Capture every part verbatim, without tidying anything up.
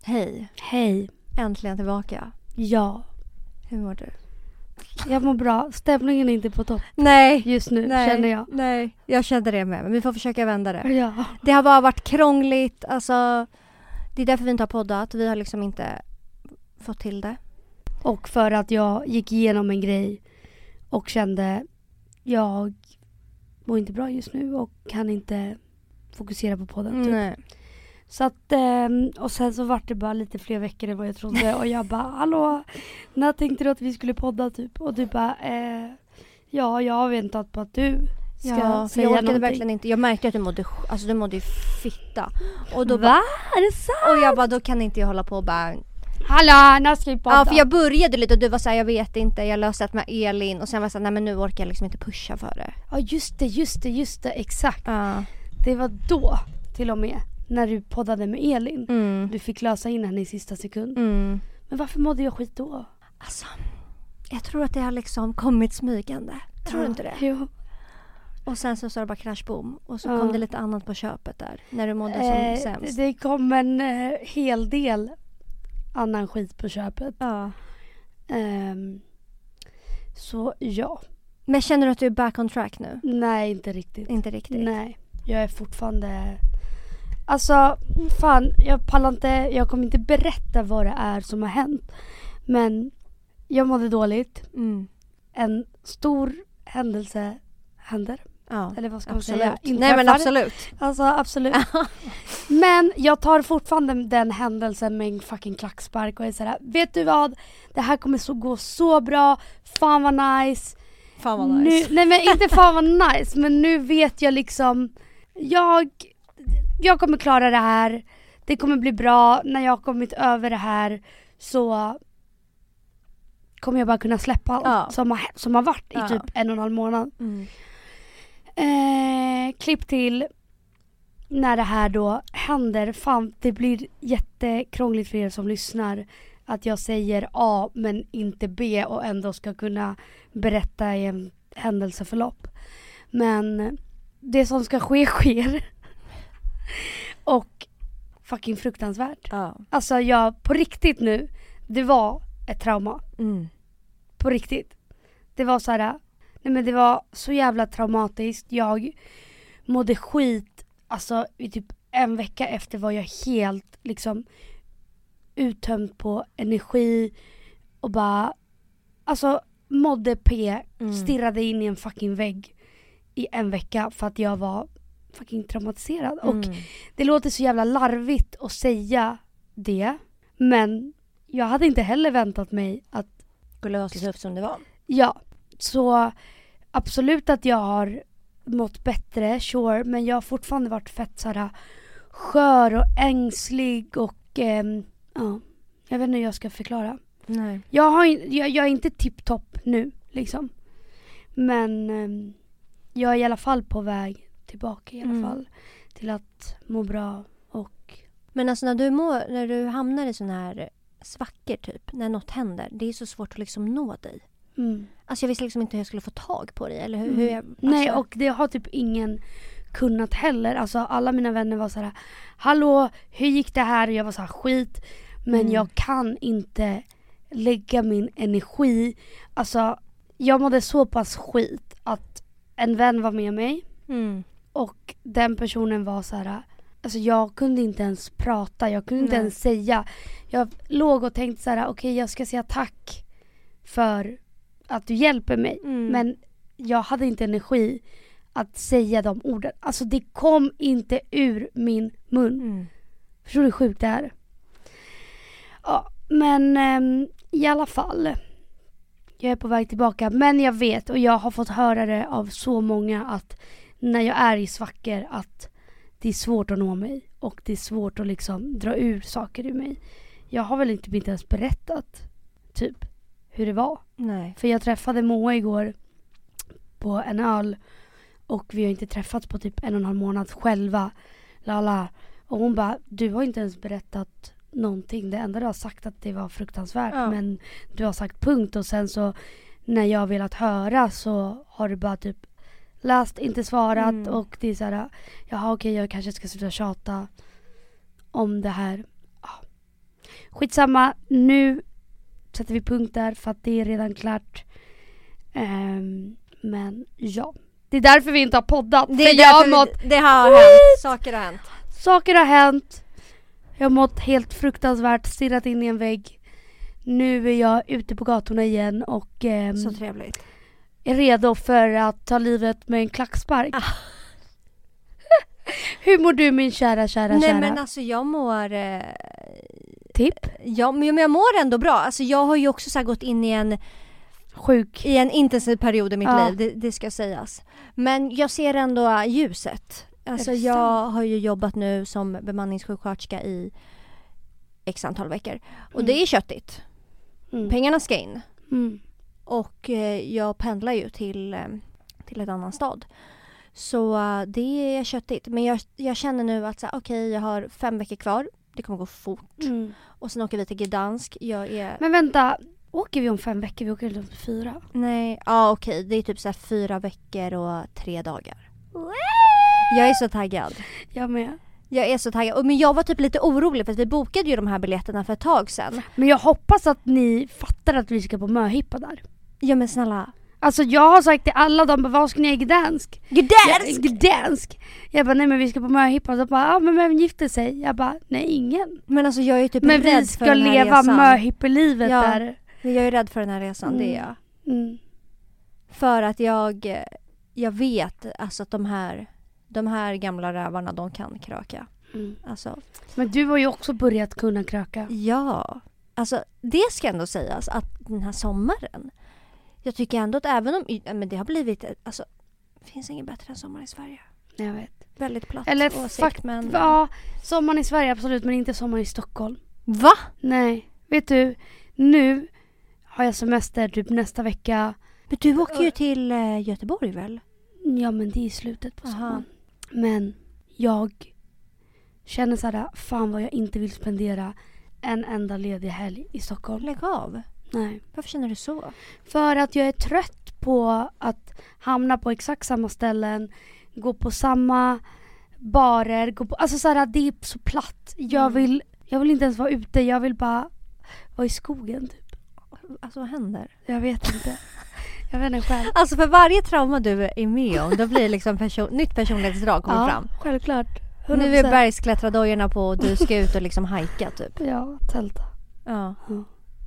Hej. Hej. Äntligen tillbaka. Ja. Hur mår du? Jag mår bra. Stämningen är inte på topp Nej. just nu, nej, känner jag. Nej, jag känner det med. Men vi får försöka vända det. Ja. Det har bara varit krångligt. Alltså, det är därför vi inte har poddat. Vi har liksom inte fått till det. Och för att jag gick igenom en grej och kände jag mår inte bra just nu och kan inte fokusera på podden. Typ. Nej. Så att, och sen så var det bara lite fler veckor än vad jag trodde. Och jag bara, hallå, när tänkte du att vi skulle podda typ? Och du bara, eh, ja, jag har väntat på att du ska ja, säga jag orkade någonting. verkligen inte. Jag märkte att du mådde, alltså du mådde fitta. Och då Va? Bara, är det sant? och jag bara, då kan inte jag hålla på och bara... Hallå, när ska vi podda? Ja, för jag började lite och du var såhär, jag vet inte, jag löste det med Elin. Och sen var jag såhär, nej men nu orkar jag liksom inte pusha för det. Ja, just det, just det, just det, exakt. Ja. Det var då, till och med, när du poddade med Elin. Mm. Du fick lösa in henne i sista sekund. Mm. Men varför mådde jag skit då? Alltså, jag tror att det har liksom kommit smygande. Tror ja, du inte det? Jo. Och sen så sa det bara crash boom. Och så ja. kom det lite annat på köpet där. När du mådde som eh, sämst. Det kom en eh, hel del annan skit på köpet. Ja. Um, så ja. Men känner du att du är back on track nu? Nej, inte riktigt. Inte riktigt? Nej, jag är fortfarande... Alltså, fan, jag pallar inte... Jag kommer inte berätta vad det är som har hänt. Men jag mådde dåligt. Mm. En stor händelse händer. Ja, Eller vad ska absolut. man säga? Nej Inträffar. men absolut. Alltså absolut. Men jag tar fortfarande den händelsen med en fucking klackspark och är sådär, vet du vad? Det här kommer så gå så bra. Fan vad nice. Fan vad nice. Nu, nej men inte fan vad nice, men nu vet jag liksom, jag, jag kommer klara det här. Det kommer bli bra. När jag har kommit över det här så kommer jag bara kunna släppa allt ja. som, har, som har varit ja. i typ en och en halv månad. Mm. Eh, klipp till när det här då händer. Fan, det blir jättekrångligt för er som lyssnar att jag säger A men inte B och ändå ska kunna berätta i en händelseförlopp. Men det som ska ske sker. Och fucking fruktansvärt. Ja. Alltså jag, på riktigt nu, det var ett trauma. Mm. På riktigt. Det var så här. Nej men det var så jävla traumatiskt. Jag mådde skit. Alltså i typ en vecka efter var jag helt liksom uttömd på energi. Och bara, alltså mådde P. Mm. Stirrade in i en fucking vägg i en vecka för att jag var fucking traumatiserad. Mm. Och det låter så jävla larvigt att säga det. Men jag hade inte heller väntat mig att skulle vara så tufft som det var. Ja, så absolut att jag har mått bättre, sure, men jag har fortfarande varit fett så här skör och ängslig och eh, ja, jag vet inte hur jag ska förklara. Nej. Jag, har, jag, jag är inte tipptopp nu, liksom. Men eh, jag är i alla fall på väg tillbaka i alla Mm. fall till att må bra och... Men alltså när du, mår, när du hamnar i såna här svackor typ, när något händer, det är så svårt att liksom nå dig. Mm. Alltså jag visste liksom inte hur jag skulle få tag på dig eller hur, Mm. hur jag, alltså... Nej, och det har typ ingen kunnat heller. Alltså alla mina vänner var så här: hallå, hur gick det här? Och jag var så här, skit. Men Mm. jag kan inte lägga min energi. Alltså jag mådde så pass skit att en vän var med mig. Mm. Och den personen var så här. Alltså jag kunde inte ens prata. Jag kunde inte Nej. ens säga. Jag låg och tänkte så här: okej, okay, jag ska säga tack för att du hjälper mig. Mm. Men jag hade inte energi att säga de orden. Alltså det kom inte ur min mun. Mm. Förstår du hur sjukt det är? Ja, men äm, i alla fall. Jag är på väg tillbaka. Men jag vet, och jag har fått höra det av så många, att när jag är i svackor att det är svårt att nå mig. Och det är svårt att liksom dra ur saker ur mig. Jag har väl inte, inte ens berättat typ hur det var. Nej. För jag träffade Moa igår på en öl. Och vi har inte träffats på typ en och en halv månad själva. Lala. Och hon bara, du har inte ens berättat någonting. Det enda du har sagt att det var fruktansvärt. Ja. Men du har sagt punkt. Och sen så när jag har velat höra så har du bara typ läst, inte svarat. Mm. Och det är så här, jaha okej, jag kanske ska sluta tjata om det här. Ja. skitsamma. Nu sätter vi punkt där för att det är redan klart. Um, men ja. Det är därför vi inte har poddat. Det, är jag har därför mått vi, det har hänt. Saker har hänt. Saker har hänt. Jag har mått helt fruktansvärt, stirrat in i en vägg. Nu är jag ute på gatorna igen och um, så trevligt. Är redo för att ta livet med en klackspark. Ah. Hur mår du, min kära, kära, Nej, kära? Nej men alltså jag mår... Eh, Tipp? ja, men jag mår ändå bra. Alltså jag har ju också så här gått in i en... Sjuk. I en intensiv period i mitt Ja. liv, det, det ska sägas. Men jag ser ändå ljuset. Alltså jag har ju jobbat nu som bemanningssjuksköterska i x antal veckor. Och Mm. det är köttigt. Mm. Pengarna ska in. Mm. Och eh, jag pendlar ju till, eh, till ett annan stad. Så eh, det är köttigt. Men jag, jag känner nu att okej, okay, jag har fem veckor kvar. Det kommer gå fort. Mm. Och sen åker vi till Gdansk. Jag är... Men vänta, åker vi om fem veckor? Vi åker inte om fyra. Nej, ja okej. Okay. Det är typ så här fyra veckor och tre dagar. Jag är så taggad. Jag med. Jag är så taggad. Men jag var typ lite orolig för att vi bokade ju de här biljetterna för ett tag sedan. Men jag hoppas att ni fattar att vi ska på möhippa där. Ja men snälla. Alltså jag har sagt till alla, de bara, vad ska ni i Gdansk? Gdansk! Ja, Gdansk! Jag bara, nej men vi ska på möhippa. De bara, ja men vem gifter sig? Jag bara, nej ingen. Men alltså jag är typ Men rädd vi för ska den här leva resan. möhippelivet Ja. där. Jag är rädd för den här resan, Mm. det är jag. Mm. För att jag, jag vet alltså att de här, de här gamla rävarna, de kan kröka. Mm. Alltså, Men du har ju också börjat kunna kröka. ja. Alltså det ska ändå sägas att den här sommaren, jag tycker ändå att även om, men det har blivit, alltså det finns inget bättre än sommar i Sverige. Jag vet. Väldigt platt Eller åsikt, fakt- men... Ja, sommaren i Sverige absolut, men inte sommaren i Stockholm. Va? Nej, vet du, nu har jag semester typ nästa vecka. Men du åker ju till eh, Göteborg väl? Ja, men det är i slutet på Aha. sommaren. Men jag känner så här, fan vad jag inte vill spendera en enda ledig helg i Stockholm. Lägg av. Nej. Varför känner du så? För att jag är trött på att hamna på exakt samma ställen, gå på samma barer, gå på, alltså så här, det är så platt. Jag Mm. vill jag vill inte ens vara ute, jag vill bara vara i skogen typ. Alltså vad händer? Jag vet inte. Jag vet inte själv. Alltså för varje trauma du är med om, då blir liksom person- nytt personlighetsdrag kommer Ja, fram. självklart. Nu är bergsklättradojorna på och du ska ut och liksom hajka typ. Ja, tälta. Ja. Ja.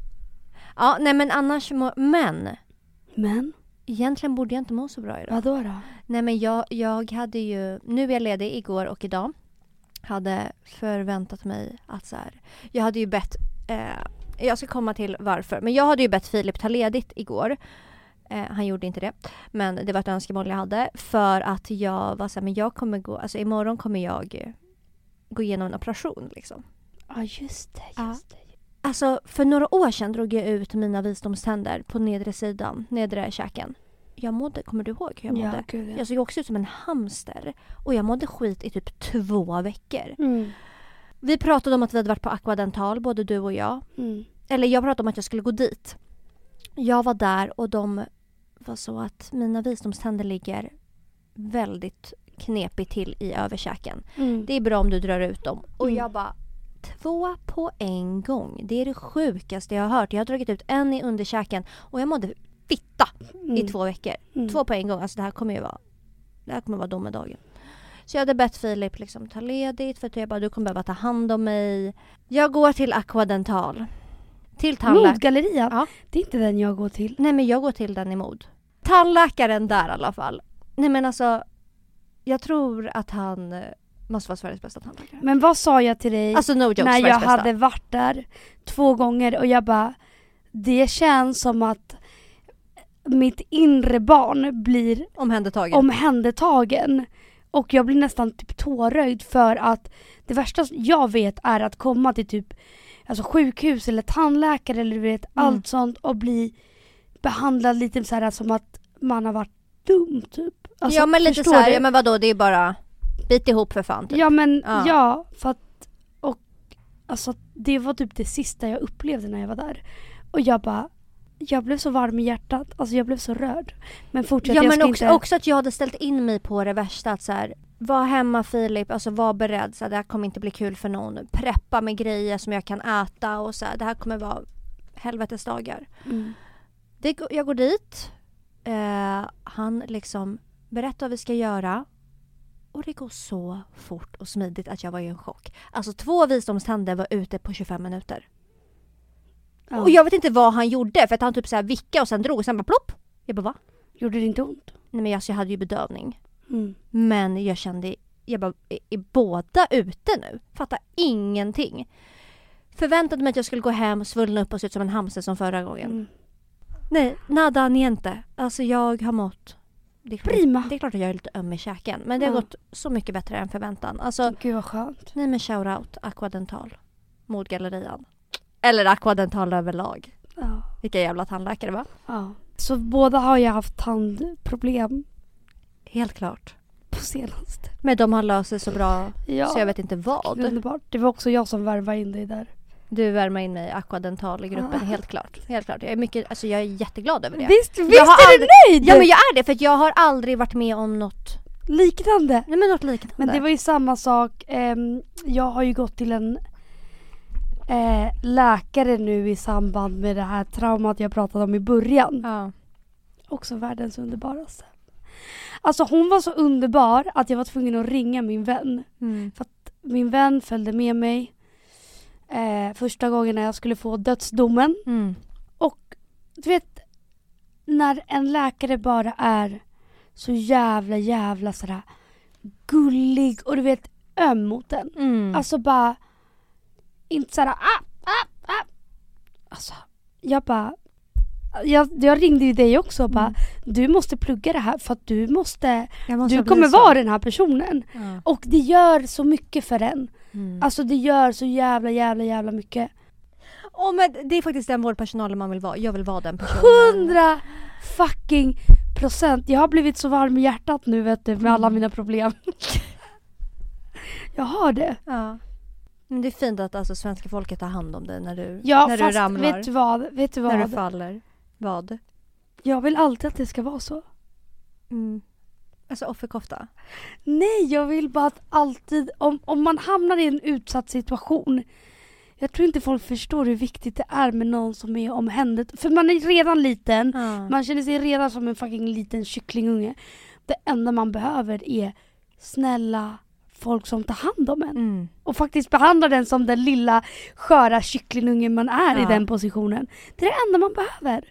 Ja, nej men annars, må- men Men, egentligen borde jag inte må så bra idag. vadå då? Nej men jag, jag hade ju, nu är jag ledig igår och idag. Hade förväntat mig att så här, jag hade ju bett, eh, jag ska komma till varför. Men jag hade ju bett Filip ta ledigt igår. Eh, han gjorde inte det. Men det var ett önskemål jag hade. För att jag var så här, men jag kommer gå, alltså imorgon kommer jag eh, gå igenom en operation liksom. Ja, just det, Ja. just det. Alltså för några år sedan drog jag ut mina visdomständer på nedre sidan, nedre käken. Jag mådde, kommer du ihåg hur jag mådde? Ja, gud, ja. Jag såg också ut som en hamster. Och jag mådde skit i typ två veckor. Mm. Vi pratade om att vi hade varit på Aquadental, både du och jag. Mm. Eller jag pratade om att jag skulle gå dit. Jag var där och de var så att mina visdomständer ligger väldigt knepigt till i överkäken. Mm. Det är bra om du drar ut dem. Och Mm. jag bara, två på en gång. Det är det sjukaste jag har hört. Jag har dragit ut en i underkäken och jag mådde fitta Mm. i två veckor. Mm. Två på en gång. Alltså det här kommer ju vara, det här kommer vara domedagen. Så jag hade bett Filip liksom ta ledigt för att jag bara, du kommer behöva ta hand om mig. Jag går till Aquadental. Till tandläkaren. Modgallerian? Ja. Det är inte den jag går till. Nej men jag går till den i Mod. Tandläkaren där i alla fall. Nej men alltså, jag tror att han eh, måste vara Sveriges bästa tandläkare. Men vad sa jag till dig Alltså no joke, när Sveriges jag bästa. hade varit där två gånger och jag bara, det känns som att mitt inre barn blir Omhändertagen. omhändertagen. Och jag blir nästan typ tåröjd för att det värsta jag vet är att komma till typ alltså sjukhus eller tandläkare eller du vet Mm. allt sånt och bli behandlad lite så här som att man har varit dum typ. Alltså, ja men lite förstår så här, du? ja men vadå, det är bara bit ihop för fan typ. Ja men Ja. ja, för att och alltså det var typ det sista jag upplevde när jag var där. Och jag bara jag blev så varm i hjärtat. Alltså jag blev så rörd. Men fortsätt, Ja jag men ska också, inte... också att jag hade ställt in mig på det värsta att så här, var hemma Filip, alltså var beredd. Så här, det här kommer inte bli kul för någon. Preppa med grejer som jag kan äta och så här, det här kommer vara helvetesdagar. Mm. Det, jag går dit. Eh, han liksom berättar vad vi ska göra. Och det går så fort och smidigt att jag var i en chock. Alltså två visdomständer var ute på tjugofem minuter. Ja. Och jag vet inte vad han gjorde. För att han typ så här vickade och sen drog och sen bara plopp. Jag bara va? Gjorde det inte ont? Nej men alltså, jag hade ju bedövning. Mm. Men jag kände, jag bara, är båda ute nu? Fattar ingenting. Förväntade mig att jag skulle gå hem och svullna upp och se ut som en hamster som förra gången. Mm. Nej, nada niente. Alltså jag har mått. Det är, klart, Prima. Det är klart att jag är lite öm i käken. Men det har ja. gått så mycket bättre än förväntan. Alltså, Gud vad skönt. Nej men shoutout Aquadental. Modgallerian. Eller Aquadental överlag. Ja. Vilka jävla tandläkare va? Ja. Så båda har jag haft tandproblem. Helt klart. På senaste. Men de har löst sig så bra. Ja. Så jag vet inte vad. Underbart. Det var också jag som värvade in dig där. Du värmer in mig i Aquadental i gruppen, ah. helt klart. Helt klart. Jag är mycket, alltså jag är jätteglad över det. Visst, visst jag är aldrig, du nöjd? Ja men jag är det, för att jag har aldrig varit med om något liknande. Nej men något liknande. Men det var ju samma sak. Um, jag har ju gått till en uh, läkare nu i samband med det här traumat jag pratade om i början. Ja. Också världens underbaraste. Alltså hon var så underbar att jag var tvungen att ringa min vän. Mm. För att min vän följde med mig Eh, första gången när jag skulle få dödsdomen. Mm. Och du vet, när en läkare bara är så jävla jävla sådär gullig och du vet öm mot den. Mm. Alltså bara inte sådär ah, ah, ah. Alltså jag bara jag, jag ringde ju dig också och bara, mm. du måste plugga det här för att du måste, måste du kommer vara den här personen. Ja. Och det gör så mycket för en. Mm. Alltså det gör så jävla jävla jävla mycket. Oh, men det är faktiskt den vårdpersonalen man vill vara. Jag vill vara den personen. Hundra fucking procent. Jag har blivit så varm i hjärtat nu vet du, med alla mina problem. Jag har det. Ja. Men det är fint att alltså, svenska folket tar hand om dig när du, ja, när fast du ramlar. Vet du vad? Vet du vad? När du faller. Vad? Jag vill alltid att det ska vara så. Mm. Alltså offerkofta? Nej, jag vill bara att alltid, om, om man hamnar i en utsatt situation, jag tror inte folk förstår hur viktigt det är med någon som är omhändet. För man är redan liten, ja. Man känner sig redan som en fucking liten kycklingunge. Det enda man behöver är snälla folk som tar hand om en. Mm. Och faktiskt behandlar den som den lilla sköra kycklingungen man är, ja. I den positionen. Det är det enda man behöver.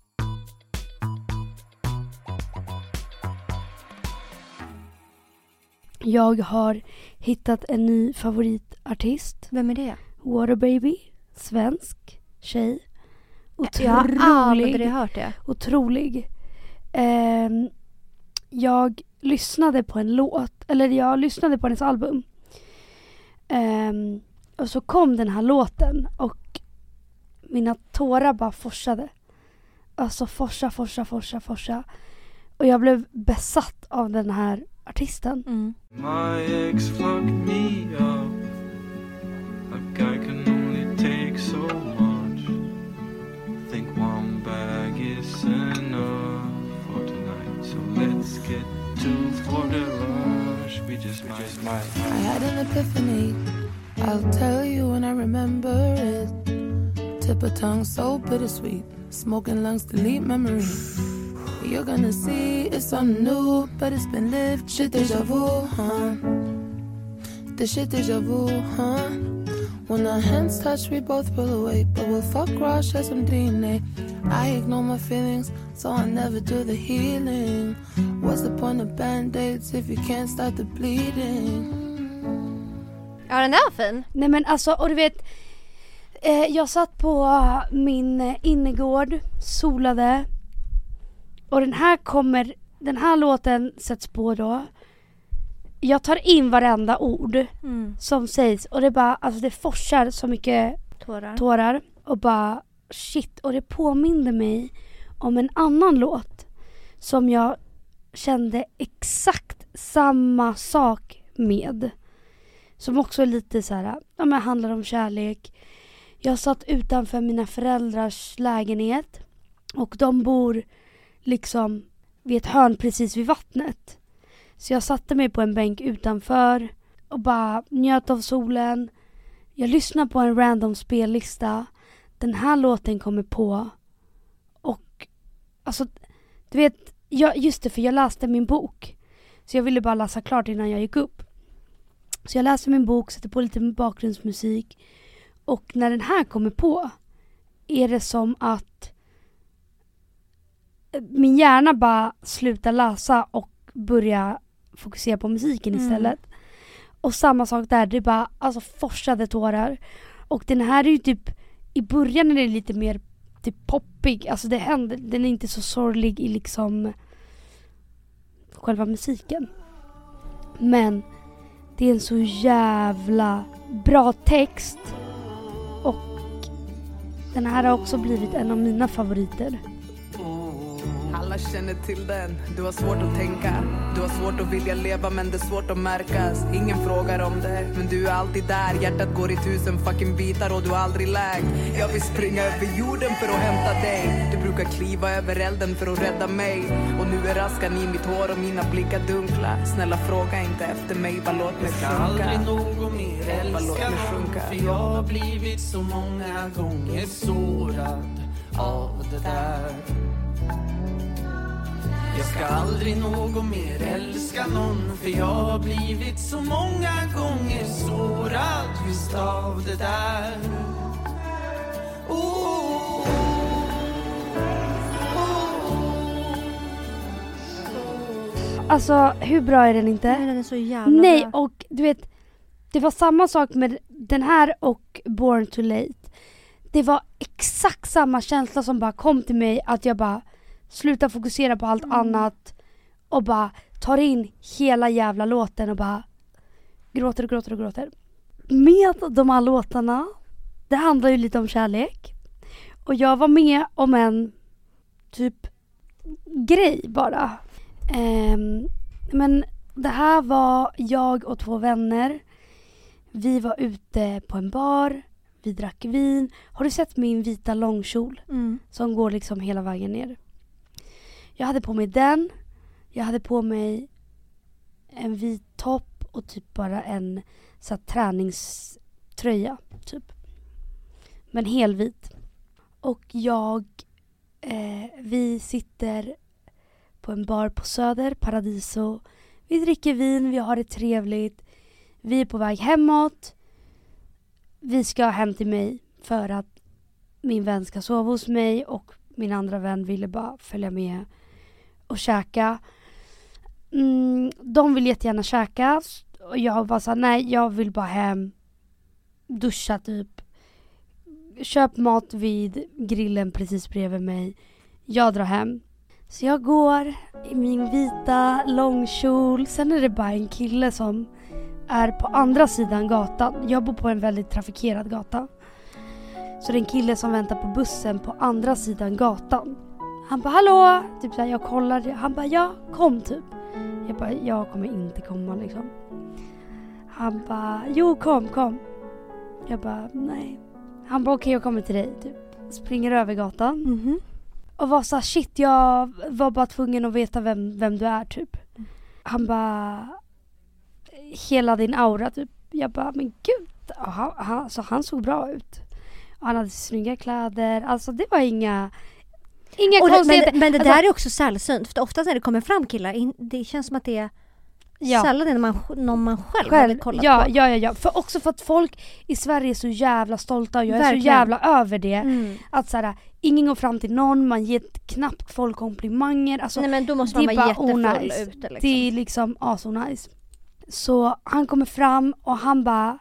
Jag har hittat en ny favoritartist. Vem är det? Waterbaby. Svensk tjej. Otrolig. Jag har aldrig hört det. Otrolig. Eh, jag lyssnade på en låt. Eller jag lyssnade på hennes album. Eh, och så kom den här låten. Och mina tårar bara forsade. Alltså forsa, forsa, forsa, forsa. Och jag blev besatt av den här artisten. Mm. My ex fucked me up. A guy can only take so much. Think one bag is enough for tonight. So let's get to for the rush. We just might, just might. I had an epiphany. I'll tell you when I remember it. Tip of tongue so bittersweet. Smoking lungs delete memory. You're gonna see it's something new, but it's been lived. Shit déjà vu, huh? The shit déjà vu, huh? When our hands touch, we both pull away, but we'll fuck raw, share some D N A. I ignore my feelings, so I never do the healing. What's the point of band-aids if you can't stop the bleeding? Ja, den är fin. Nej men alltså, och du vet, eh, jag satt på min innergård, solade. Och den här kommer, den här låten sätts på då. Jag tar in varenda ord mm. som sägs. Och det bara, alltså det forsar så mycket tårar. tårar. Och bara, shit. Och det påminde mig om en annan låt. Som jag kände exakt samma sak med. Som också är lite så här, ja men handlar om kärlek. Jag satt utanför mina föräldrars lägenhet. Och de bor liksom vid ett hörn precis vid vattnet. Så jag satte mig på en bänk utanför och bara njöt av solen. Jag lyssnade på en random spellista. Den här låten kommer på. Och alltså, du vet, jag, just det, för jag läste min bok. Så jag ville bara läsa klart innan jag gick upp. Så jag läste min bok, satte på lite bakgrundsmusik. Och när den här kommer på är det som att min hjärna bara slutar läsa och börjar fokusera på musiken Mm. istället. Och samma sak där, det bara alltså forsade tårar. Och den här är ju typ, i början är det lite mer typ poppig. Alltså det händer, den är inte så sorglig i liksom själva musiken. Men det är en så jävla bra text. Och den här har också blivit en av mina favoriter. Alla känner till den, du har svårt att tänka. Du har svårt att vilja leva men det är svårt att märkas. Ingen frågar om det, men du är alltid där. Hjärtat går i tusen fucking bitar och du har aldrig läkt. Jag vill springa över jorden för att hämta dig. Du brukar kliva över elden för att rädda mig. Och nu är raskan i mitt hår och mina blickar dunkla. Snälla fråga inte efter mig, bara låt mig sjunka. Aldrig någon mer älska någon, för jag har blivit så många gånger sårad av det där. Jag ska aldrig någon mer älska någon, för jag har blivit så många gånger sårad just av det där. Oh, Alltså hur bra är den inte? Nej, den är så jävla Nej, bra. och du vet, det var samma sak med den här och Born Too Late. Det var exakt samma känsla som bara kom till mig, att jag bara slutar fokusera på allt Mm. annat och bara tar in hela jävla låten och bara gråter och gråter och gråter. Med de här låtarna, det handlar ju lite om kärlek. Och jag var med om en typ grej bara. Ehm, men det här var jag och två vänner. Vi var ute på en bar. Vi drack vin. Har du sett min vita långkjol Mm. som går liksom hela vägen ner? Jag hade på mig den. Jag hade på mig en vit topp och typ bara en så här, träningströja typ. Men helvit. Och jag eh, vi sitter på en bar på Söder, Paradiso. Vi dricker vin, vi har det trevligt. Vi är på väg hemåt. Vi ska hem till mig för att min vän ska sova hos mig och min andra vän ville bara följa med och käka. Mm, de vill jättegärna käka och jag bara sa nej, jag vill bara hem, duscha typ. Köp mat vid grillen precis bredvid mig. Jag drar hem. Så jag går i min vita långkjol. Sen är det bara en kille som är på andra sidan gatan. Jag bor på en väldigt trafikerad gata. Så det är en kille som väntar på bussen på andra sidan gatan. Han bara hallå, typ så här, jag kollar. Han bara ja, kom typ. Jag bara jag kommer inte komma liksom. Han bara jo, kom, kom. Jag bara nej. Han bara okej, okay, jag kommer till dig typ. Springer över gatan. Mhm. Och var så här, shit, jag var bara tvungen att veta vem, vem du är typ. Han bara hela din aura typ. Jag bara men gud, han, han, så han såg bra ut. Och han hade snygga kläder. Alltså det var inga inga Och det, konstigheter. men, men det alltså, där är också sällsynt. För oftast när det kommer fram killar, in, det känns som att det är ja. sällan det är man, någon man själv, Själv, hade kollat ja, på. ja, ja, ja. För också för att folk i Sverige är så jävla stolta och jag är Verkligen. så jävla över det. Mm. Att såhär, ingen går fram till någon, man ger knappt folk komplimanger. Alltså, Nej men då måste det man är vara bara jättefull onajs. ute liksom. Det är liksom aso nice. Så han kommer fram och han bara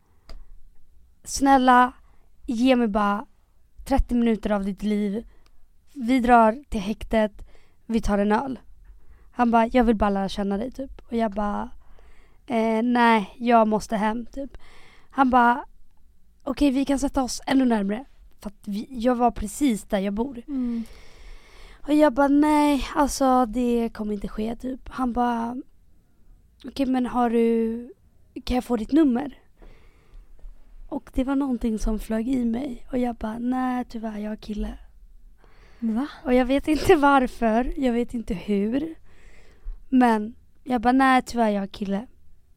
snälla, ge mig bara trettio minuter av ditt liv. Vi drar till häktet, vi tar en öl. Han bara, jag vill bara lära känna dig typ. Och jag bara eh, nej, jag måste hem typ. Han bara okej, vi kan sätta oss ännu närmare. För att vi, jag var precis där jag bor. Mm. Och jag bara nej, alltså det kommer inte ske typ. Han bara okej, men har du, kan jag få ditt nummer? Och det var någonting som flög i mig. Och jag bara nej tyvärr, jag är kille. Va? Och jag vet inte varför, jag vet inte hur. Men Jag bara, nej tyvärr jag har kille.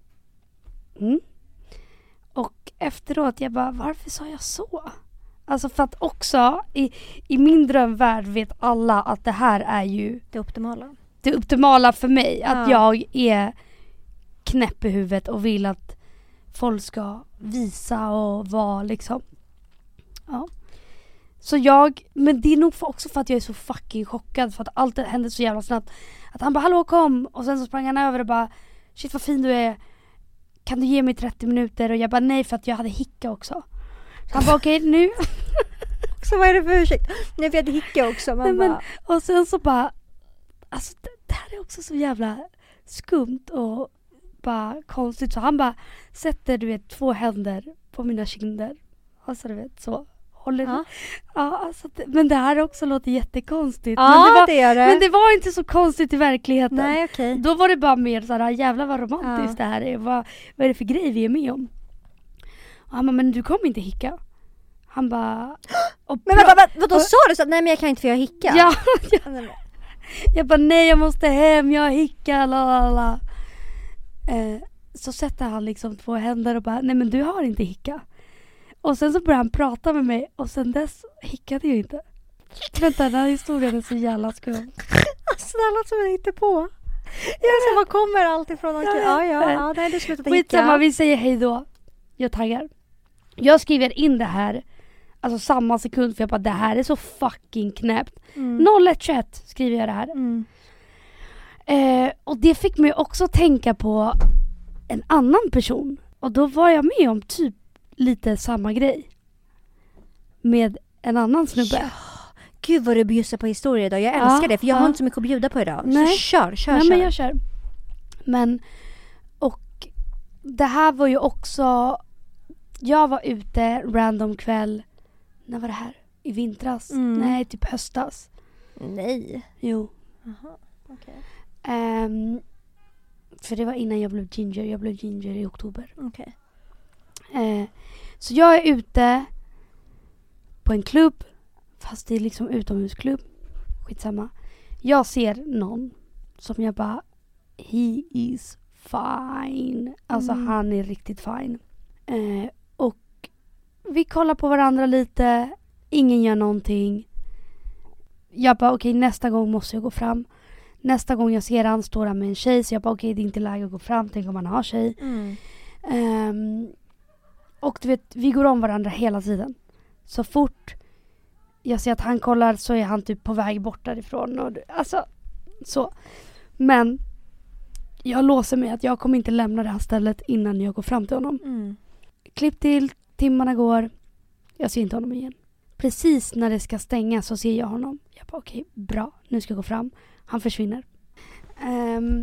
Mm. Och efteråt, jag bara, varför sa jag så? Alltså för att också, i, i min drömvärld vet alla att det här är ju Det optimala. det optimala för mig. Att Ja. jag är knäpp i huvudet och vill att folk ska visa och vara liksom. Ja. Så jag, men det är nog för också för att jag är så fucking chockad för att allt hände så jävla snabbt. Att han bara, hallå kom! Och sen så sprang han över och bara, shit vad fin du är. Kan du ge mig trettio minuter? Och jag bara, nej för att jag hade hicka också. Så han bara, okej okay, nu. Så vad är det för ursäkt? Nej, för jag hade hicka också. Man Nej, men, bara... och sen så bara, alltså det, det här är också så jävla skumt och bara konstigt. Så han bara sätter du vet två händer på mina kinder. Alltså du vet så. Håller Ja. Ja, alltså, det, men det här också låter jättekonstigt. Ja, men, det var, det gör det. men det var inte så konstigt i verkligheten. Nej, okej. Då var det bara mer såhär, jävlar vad romantiskt Ja. det här är. Vad, vad är det för grej vi är med om? Och han bara, men du kommer inte hicka. Han bara... och Men pra- vad, vad, vad då och- sa du så att nej men jag kan inte för jag har hicka? Ja, ja. Nej, men- Jag bara, nej jag måste hem, jag hickar, lalala. Eh, så sätter han liksom två händer och bara, nej men du har inte hicka. Och sen så börjar han prata med mig och sen dess hickade jag inte. Vänta, den här historien är så jävla skum. Alltså det låter som en hittepå. Ja, så vad kommer allt ifrån? Ja, ja, ja, ja nej du slutat Skitsamma, hicka. vi säger hej då. Jag taggar. Jag skriver in det här, alltså samma sekund, för jag bara, det här är så fucking knäppt. Mm. noll ett tjugoett skriver jag det här. Mm. Eh, och det fick mig också tänka på en annan person. Och då var jag med om typ lite samma grej. Med en annan snubbe. Ja. Gud vad du bjussar på historier idag. Jag Ja, älskar det för jag ja. har inte så mycket att bjuda på idag. Nej. Så kör, kör, Nej, kör. men jag kör. Men, och det här var ju också, jag var ute random kväll, när var det här? I vintras? Mm. Nej, typ höstas. Nej. Jo. Jaha, okej. Ehm, för det var innan jag blev ginger. Jag blev ginger i oktober. Okej. Eh, så jag är ute på en klubb, fast det är liksom utomhusklubb. Skitsamma. Jag ser någon som jag bara, he is fine. Alltså Mm. han är riktigt fine. Eh, och vi kollar på varandra lite. Ingen gör någonting. Jag bara, okej okay, nästa gång måste jag gå fram. Nästa gång jag ser han står han med en tjej. Så jag bara, okej okay, det är inte läge att gå fram. Tänk om han har tjej. Mm. Um, och du vet, vi går om varandra hela tiden. Så fort jag ser att han kollar så är han typ på väg bort därifrån. Och, alltså, så. Men jag låser mig att jag kommer inte lämna det här stället innan jag går fram till honom. Mm. Klipp till, timmarna går. Jag ser inte honom igen. Precis när det ska stänga så ser jag honom. Jag bara okej, okay, bra. Nu ska jag gå fram. Han försvinner. Um,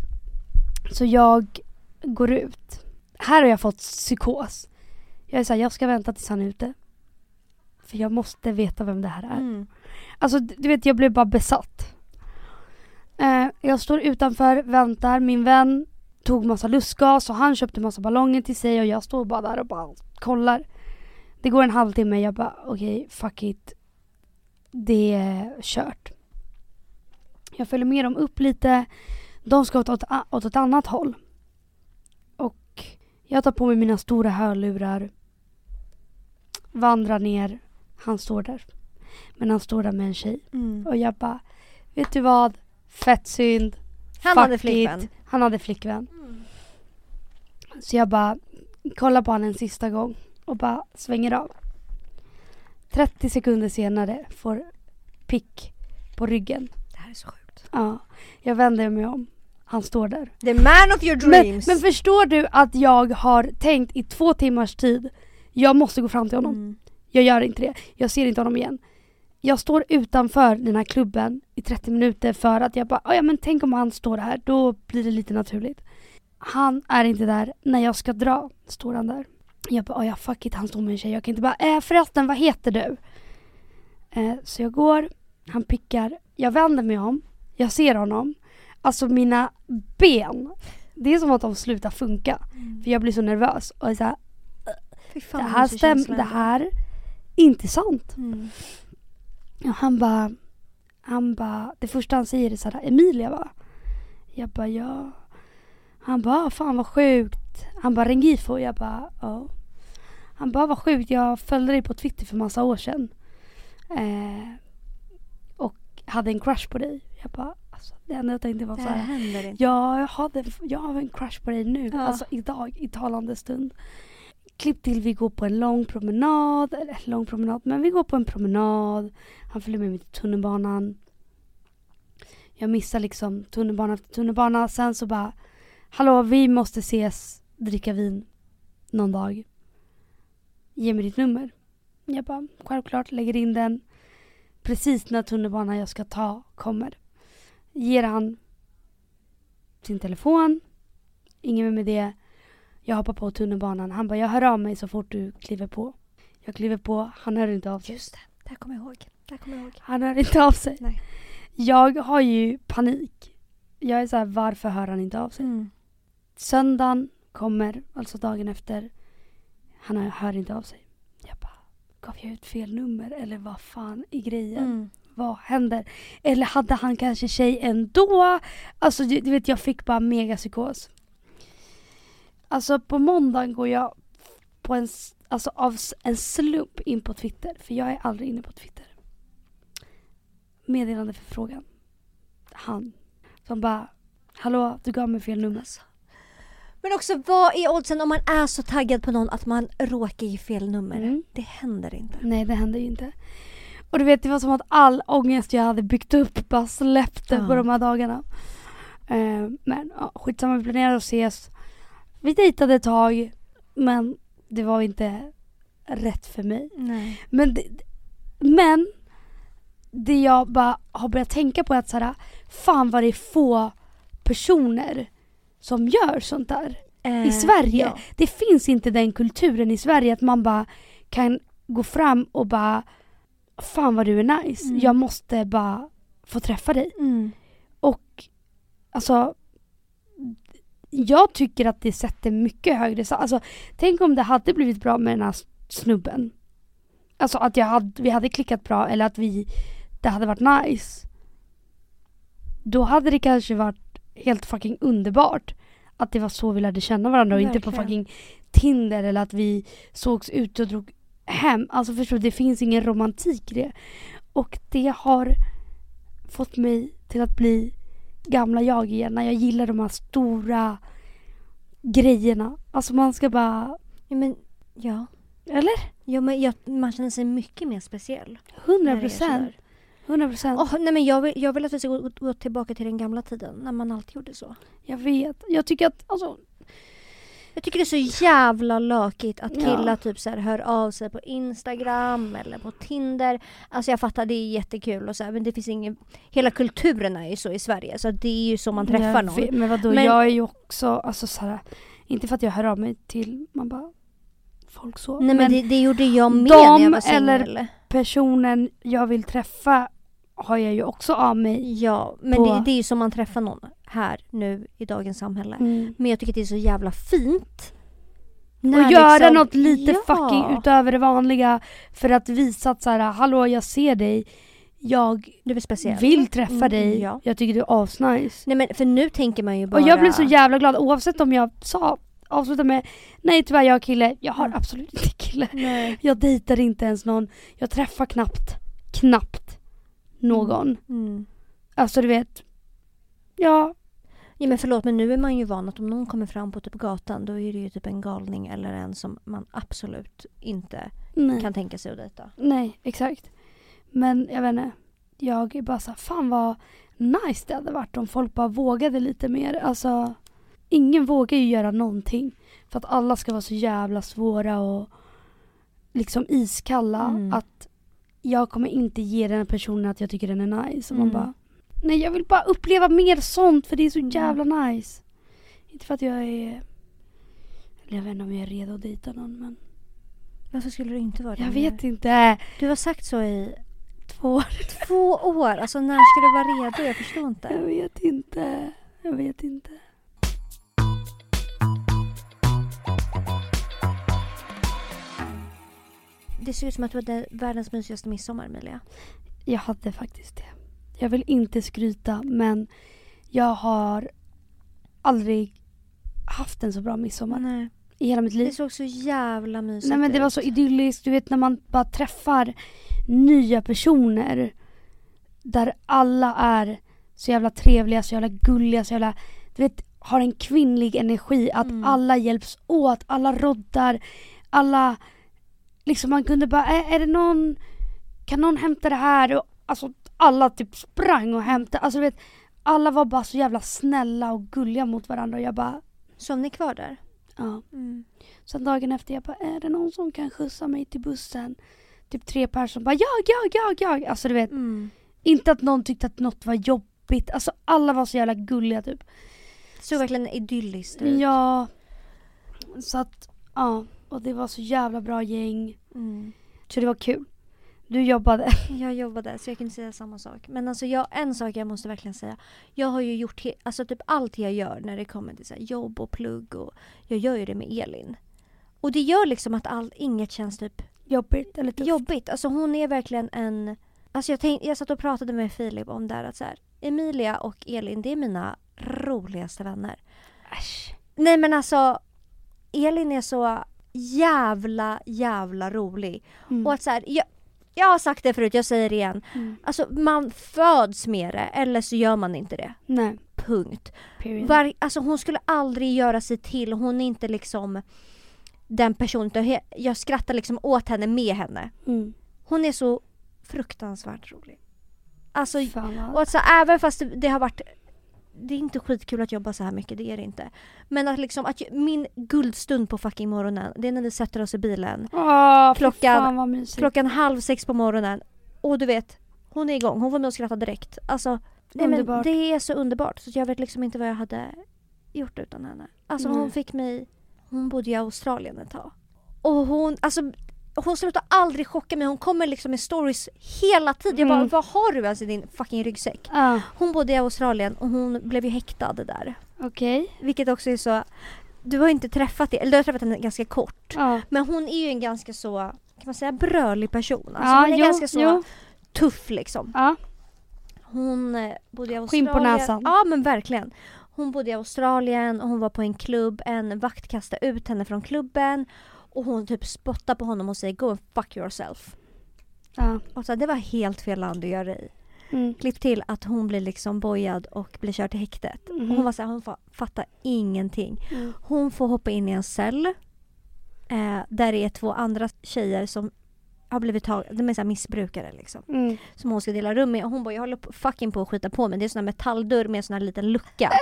så jag går ut. Här har jag fått psykos. Jag är så här, jag ska vänta tills han är ute. För jag måste veta vem det här är. Mm. Alltså du vet, jag blev bara besatt. Uh, jag står utanför, väntar. Min vän tog massa lustgas och han köpte massa ballonger till sig. Och jag står bara där och bara kollar. Det går en halvtimme. Jag bara okej, okay, fuck it. Det är kört. Jag följer med dem upp lite. De ska åt, åt, åt ett annat håll. Och jag tar på mig mina stora hörlurar. Vandrar ner. Han står där. Men han står där med en tjej. Mm. Och jag bara, vet du vad? Fett synd. Han Fuck hade it. flickvän. Han hade flickvän. Mm. Så jag bara kollar på honom en sista gång. Och bara svänger av. trettio sekunder senare får pick på ryggen. Det här är så sjukt. Ja, jag vänder mig om. Han står där. The man of your Men, dreams. men förstår du att jag har tänkt i två timmars tid. Jag måste gå fram till honom. Mm. Jag gör inte det. Jag ser inte honom igen. Jag står utanför den här klubben i trettio minuter för att jag bara, ja men tänk om han står här. Då blir det lite naturligt. Han är inte där. När jag ska dra står han där. Jag bara, ja fuck it, han står med en tjej. Jag kan inte bara, äh, förresten vad heter du? Eh, så jag går, han pickar. Jag vänder mig om. Jag ser honom. Alltså mina ben. Det är som att de slutar funka. Mm. För jag blir så nervös. Och så här, Fy fan, det vad här måste stämmer, känslan det ändå. här är inte sant. Mm. Och han bara, han bara, det första han säger är så här, Emilia va? Jag bara, ja. Han bara, fan vad sjukt. Han bara, Rengifo. Jag bara, ja. Han bara, vad sjukt. Jag följde dig på Twitter för massa år sedan. Eh, och hade en crush på dig. Jag bara, alltså, det enda jag tänkte var så här. Det händer inte. Ja, jag hade, jag har en crush på dig nu. Ja. Alltså idag, i talande stund. Klipp till, vi går på en lång promenad. Eller lång promenad, men vi går på en promenad. Han följer med mig till tunnelbanan. Jag missar liksom tunnelbana efter tunnelbana. Sen så bara, hallå, vi måste ses, dricka vin någon dag. Ge mig ditt nummer. Jag bara, självklart, lägger in den. Precis när tunnelbanan jag ska ta kommer. Ger han sin telefon. Ingen med det. Jag hoppar på tunnelbanan. Han bara, jag hör av mig så fort du kliver på. Jag kliver på, han hör inte av sig. Just det, där kommer jag ihåg. Där kommer jag ihåg. Han hör inte av sig. Nej. Jag har ju panik. Jag är så här, varför hör han inte av sig? Mm. Söndagen kommer, alltså dagen efter. Han hör, hör inte av sig. Jag bara, gav jag ut fel nummer? Eller vad fan är grejen? Mm. Vad händer? Eller hade han kanske tjej ändå? Alltså du, du vet, jag fick bara mega psykos. Alltså på måndagen går jag på en, alltså av en slump in på Twitter. För jag är aldrig inne på Twitter. Meddelande för frågan. Han. Som bara, hallå, du gav mig fel nummer. Alltså. Men också, vad är oddsen om man är så taggad på någon att man råkar ge fel nummer? Mm. Det händer inte. Nej, det händer ju inte. Och du vet, det var som att all ångest jag hade byggt upp bara släppte Ja. på de här dagarna. Uh, men ja, skitsamma, vi planerade att ses. Vi dejtade ett tag, men det var inte rätt för mig. Nej. Men det, men det jag bara har börjat tänka på är att så här, fan vad det är få personer som gör sånt där Eh, i Sverige. Ja. Det finns inte den kulturen i Sverige att man bara kan gå fram och bara, fan vad du är nice. Mm. Jag måste bara få träffa dig. Mm. Och alltså, jag tycker att det sätter mycket högre. Så, alltså, tänk om det hade blivit bra med den här snubben. Alltså att jag hade, vi hade klickat bra, eller att vi, det hade varit nice. Då hade det kanske varit helt fucking underbart att det var så vi lärde känna varandra och Verkligen. inte på fucking Tinder, eller att vi sågs ut och drog hem. Alltså förstår du, det finns ingen romantik i det. Och det har fått mig till att bli gamla jag igen, när jag gillar de här stora grejerna. Alltså man ska bara, Ja, men, ja. eller? Ja, men jag, man känner sig mycket mer speciell. hundra när det är procent. sådär. hundra procent. Åh, nej, men jag vill, jag vill att vi ska gå, gå tillbaka till den gamla tiden när man alltid gjorde så. Jag vet. Jag tycker att, alltså, Jag tycker det är så jävla lökigt att Ja. killar typ så här hör av sig på Instagram eller på Tinder. Alltså jag fattar, det är jättekul och så här, men det finns ingen, hela kulturen är ju så i Sverige, så det är ju så man träffar jag någon. vet, men vadå, Men- jag är ju också, alltså så här, inte för att jag hör av mig till, man bara, folk så. Nej, men, men det, det gjorde jag med de när jag var singel. eller- personen jag vill träffa har jag ju också av mig. Ja, men på- det, det är ju som man träffar någon här nu i dagens samhälle. Mm. Men jag tycker att det är så jävla fint. Och när göra liksom- något lite Ja. fucking utöver det vanliga för att visa att så här, hallå, jag ser dig, jag Du är speciell. vill träffa Mm, dig, ja. jag tycker du är asnice. Nej, men för nu tänker man ju bara... Och jag blev så jävla glad, oavsett om jag sa, avsluta med, nej tyvärr jag har kille, jag har Mm. absolut inte kille. Nej. Jag dejtar inte ens någon, jag träffar knappt, knappt någon. Mm. Alltså du vet, ja, Ja, men förlåt, men nu är man ju van att om någon kommer fram på typ gatan, då är det ju typ en galning eller en som man absolut inte nej. kan tänka sig att dejta. Nej, exakt. Men jag vet inte, jag är bara så här, fan vad nice det hade varit om folk bara vågade lite mer. Alltså, ingen vågar ju göra någonting för att alla ska vara så jävla svåra och liksom iskalla Mm. att jag kommer inte ge den här personen att jag tycker den är nice. Och man Mm. bara, nej, jag vill bara uppleva mer sånt för det är så Mm. jävla nice. Inte för att jag är, eller jag vet inte om jag är redo att dejta någon, men Varför skulle du inte vara det? jag vet inte. Du har sagt så i Två år. två år. Alltså när ska du vara redo? Jag förstår Jag inte. vet inte. Jag vet inte. Det ser ut som att du hade världens mysigaste midsommar, Emilia. Jag hade faktiskt det. Jag vill inte skryta, men jag har aldrig haft en så bra midsommar Nej. i hela mitt liv. Det såg så jävla mysigt Nej men det ut. var så idylliskt. Du vet när man bara träffar nya personer där alla är så jävla trevliga, så jävla gulliga, så jävla, du vet, har en kvinnlig energi. Att Mm. alla hjälps åt, alla roddar, alla liksom man kunde bara, är, är det någon, kan någon hämta det här? Och, alltså alla typ sprang och hämtade, alltså du vet, alla var bara så jävla snälla och gulliga mot varandra och jag bara, Som ni kvar där? ja. Mm. Sen dagen efter jag bara, är det någon som kan skjutsa mig till bussen? Typ tre personer bara, jag, jag, jag, jag. Alltså du vet, Mm. inte att någon tyckte att något var jobbigt. Alltså alla var så jävla gulliga typ. Det såg verkligen idylliskt ut. Ja. Så att, ja. Och det var så jävla bra gäng. Mm. Så det var kul. Du jobbade. Jag jobbade så jag kan inte säga samma sak. Men alltså jag, en sak jag måste verkligen säga. Jag har ju gjort he- alltså typ allt jag gör när det kommer till så här jobb och plugg. Och jag gör ju det med Elin. Och det gör liksom att allt, inget känns typ Jobbigt eller tufft. jobbigt. Alltså hon är verkligen en... Alltså jag, tänk, jag satt och pratade med Filip om det här. Att så här, Emilia och Elin, det är mina roligaste vänner. Äsch. Nej men alltså, Elin är så jävla, jävla rolig. Mm. Och att så här, jag, jag har sagt det förut, jag säger det igen. Mm. Alltså man föds med det, eller så gör man inte det. Nej. Punkt. Period. Var, alltså hon skulle aldrig göra sig till, hon är inte liksom den personen. Jag skrattar liksom åt henne, med henne. Mm. Hon är så fruktansvärt rolig. Alltså, Fan vad... och att så, även fast det, det har varit, det är inte skitkul att jobba så här mycket, det är det inte. Men att liksom, att min guldstund på fucking morgonen, det är när vi sätter oss i bilen. Åh, klockan- fan vad mysigt. Klockan halv sex på morgonen. Och du vet, hon är igång, hon får mig att skratta direkt. Alltså, nej, men Underbart. det är så underbart. Så jag vet liksom inte vad jag hade gjort utan henne. Alltså Nej. hon fick mig, hon bodde i Australien ett tag. Och hon, alltså hon slutar aldrig chocka mig. Hon kommer liksom med stories hela tiden. Jag bara, Mm. vad har du ens i din fucking ryggsäck? Ja, Hon bodde i Australien och hon blev ju häktad där. okej. Vilket också är så, du har inte träffat det, eller du har träffat henne ganska kort. Ja. Men hon är ju en ganska så, kan man säga, brölig person. Alltså Ja, hon är jo, ganska så jo. tuff liksom. Ja. Hon eh, bodde i Skinn Australien. på näsan. Ja men verkligen. Hon bodde i Australien och hon var på en klubb. En vakt kastade ut henne från klubben. Och hon typ spottar på honom och säger go and fuck yourself. Ja. Och så, det var helt fel land att göra det i. Mm. Klipp till att hon blir liksom bojad och blir körd till häktet. Mhm. Och hon var så här, hon fa- fattar ingenting. Mm. Hon får hoppa in i en cell. Eh, där det är två andra tjejer som har blivit tag- de är så här missbrukare liksom. Mm. Som hon ska dela rum med. Och hon bara, jag håller på, fucking på att skita på mig. Det är en sån här metalldörr med en sån här liten lucka.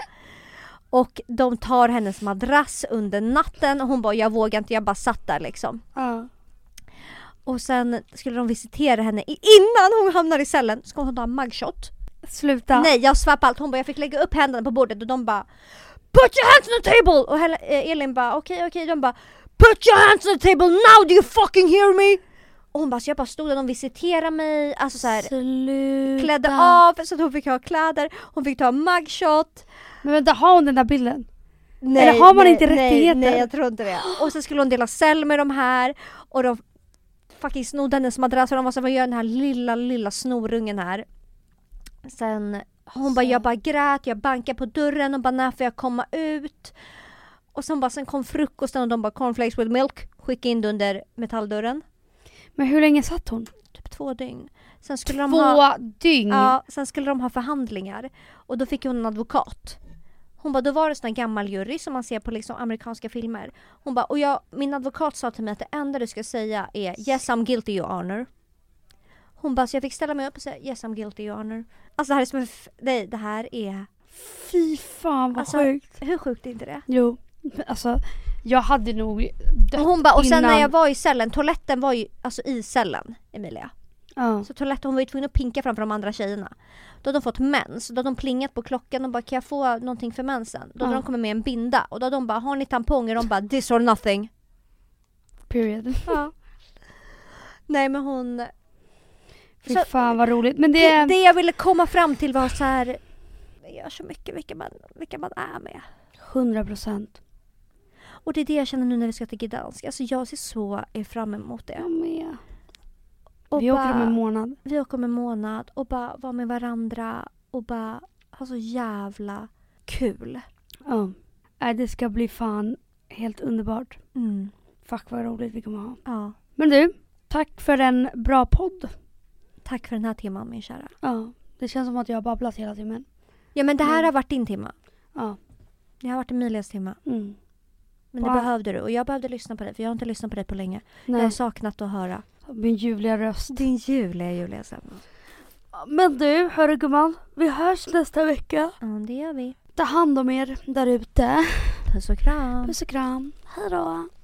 Och de tar hennes madrass under natten. Och hon bara, jag vågar inte, jag bara satt där liksom. Ja. Och sen skulle de visitera henne. I- innan hon hamnar i cellen ska hon ta en mugshot. Sluta. Nej, jag svär på allt. Hon bara, jag fick lägga upp händerna på bordet. Och de bara, put your hands on the table! Och Hel- eh, Elin bara, okej okay, okej okay. De bara, put your hands on the table now, do you fucking hear me? Och hon bara, så jag bara stod där, de visiterade mig. Alltså så här, Sluta. klädde av så att hon fick ha kläder. Hon fick ta en mugshot. Men vänta, har hon den där bilden? Nej, Eller har man nej, inte rättigheter? Nej, nej, jag tror inte det. Och så skulle hon dela cell med de här. Och de fucking snodde hennes madrass. Och de var så, vad gör den här lilla, lilla snorungen här? Sen, hon bara, jag bara grät. Jag bankade på dörren och bara, när får jag komma ut? Och sen bara, sen kom frukosten och de bara, cornflakes with milk. Skicka in det under metalldörren. Men hur länge satt hon? Typ två dygn. Sen skulle de Två ha... dygn? Ja, sen skulle de ha förhandlingar. Och då fick hon en advokat. Hon bara, då var det sån här gammal jury som man ser på liksom amerikanska filmer. Hon bara, och jag, min advokat sa till mig att det enda du ska säga är yes I'm guilty your honor. Hon bara, så jag fick ställa mig upp och säga yes I'm guilty your honor. Alltså det här är som en f- nej, det här är... Fy fan vad Alltså, sjukt. Hur sjukt är inte det? Jo, alltså jag hade nog dött Och hon bara, och sen innan. när jag var i cellen, toaletten var ju alltså i cellen, Emilia. Ja. Så toaletten, hon var ju tvungen att pinka framför de andra tjejerna. Då hade de fått mens. Då hade de plingat på klockan och bara, kan jag få någonting för mensen? Då hade Ja. de kommit med en binda. Och då hade de bara, har ni tamponger? De bara, this or nothing. Period. Ja. Nej men hon... Fy Så- fan vad roligt. Men det Det, är... det jag ville komma fram till var så här. Det gör så mycket vilka man, vilka man är med. hundra procent. Och det är det jag känner nu när vi ska till Gdansk. Alltså jag ser så fram emot det. Jag med. Och Vi åker bara- om en månad. Vi åker om en månad och bara vara med varandra och bara ha så jävla kul. Ja. Nej, det ska bli fan helt underbart. Mm. Fuck vad roligt vi kommer ha. Ja. Men du, tack för en bra podd. Tack för den här timman, min kära. Ja, det känns som att jag har babblat hela timmen. Ja, men det här Mm. har varit din timma. Ja. Det har varit Emilias timma. Mm. Men Bra. det behövde du. Och jag behövde lyssna på dig. För jag har inte lyssnat på dig på länge. Jag har Nej, saknat att höra. min ljuvliga röst. Din Julia, Julia Semma. Men du, hörru gumman. Vi hörs nästa vecka. Ja, det gör vi. Ta hand om er där ute. Puss och kram. Puss och kram. Hej då.